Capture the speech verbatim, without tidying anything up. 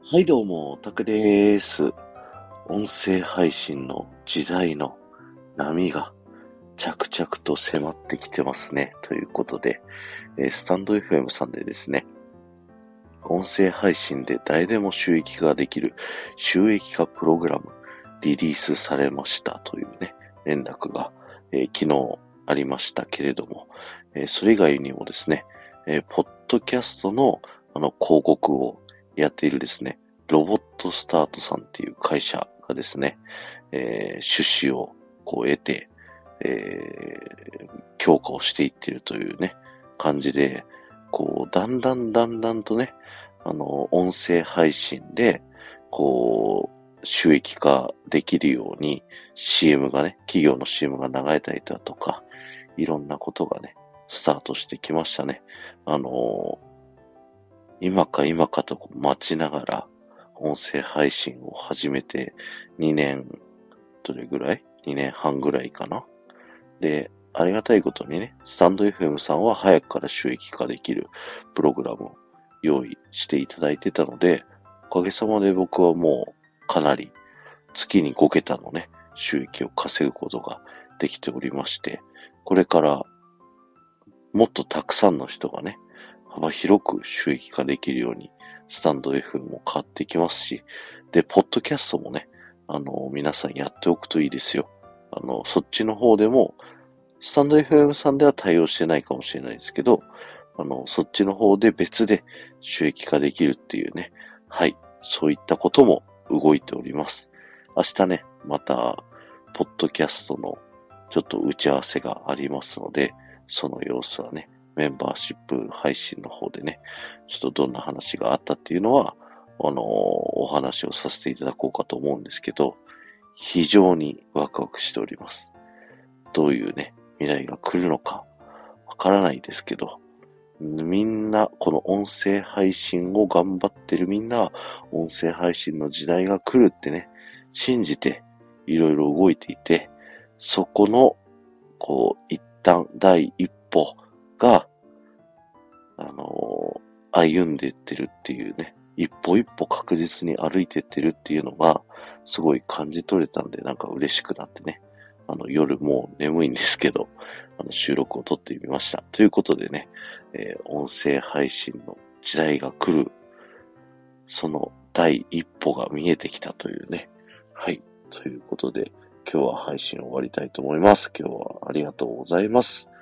はいどうも、タクでーす。音声配信の時代の波が着々と迫ってきてますね。ということで、えースタンド エフエム さんでですね、音声配信で誰でも収益化ができる収益化プログラムリリースされましたというね、連絡が、えー昨日ありましたけれども、えーそれ以外にもですね、えーポッドキャストのあの広告をやっているですね、ロボットスタートさんっていう会社がですね、えー出資をこう得て、えー強化をしていっているというね、感じで、こう、だんだんだんだんとね、あの、音声配信で、こう、収益化できるように シーエム がね、企業の シーエム が流れたりだとか、いろんなことがね、スタートしてきましたね。あの、今か今かと待ちながら、音声配信を始めてにねん、どれぐらい ?に 年半ぐらいかな。で、ありがたいことにね、スタンド エフエム さんは早くから収益化できるプログラムを用意していただいてたので、おかげさまで僕はもうかなり月にご桁のね、収益を稼ぐことができておりまして、これからもっとたくさんの人がね、幅広く収益化できるように、スタンド エフエム も変わってきますし、で、ポッドキャストもね、あの、皆さんやっておくといいですよ。あの、そっちの方でも、スタンド エフエム さんでは対応してないかもしれないですけど、あの、そっちの方で別で収益化できるっていうね、はい、そういったことも動いております。明日ね、また、ポッドキャストのちょっと打ち合わせがありますので、その様子はね、メンバーシップ配信の方でね、ちょっとどんな話があったっていうのは、あのーお話をさせていただこうかと思うんですけど、非常にワクワクしております。どういうね、未来が来るのか、わからないですけど、みんな、この音声配信を頑張ってるみんなは、音声配信の時代が来るってね、信じて、いろいろ動いていて、そこの、こう、一旦、第一歩が、あのー歩んでいってるっていうね、一歩一歩確実に歩いていってるっていうのが、すごい感じ取れたんで、なんか嬉しくなってね、あの、夜もう眠いんですけど、あの、収録を撮ってみました。ということでね、えー音声配信の時代が来る、その第一歩が見えてきたというね。はい。ということで、今日は配信を終わりたいと思います。今日はありがとうございます。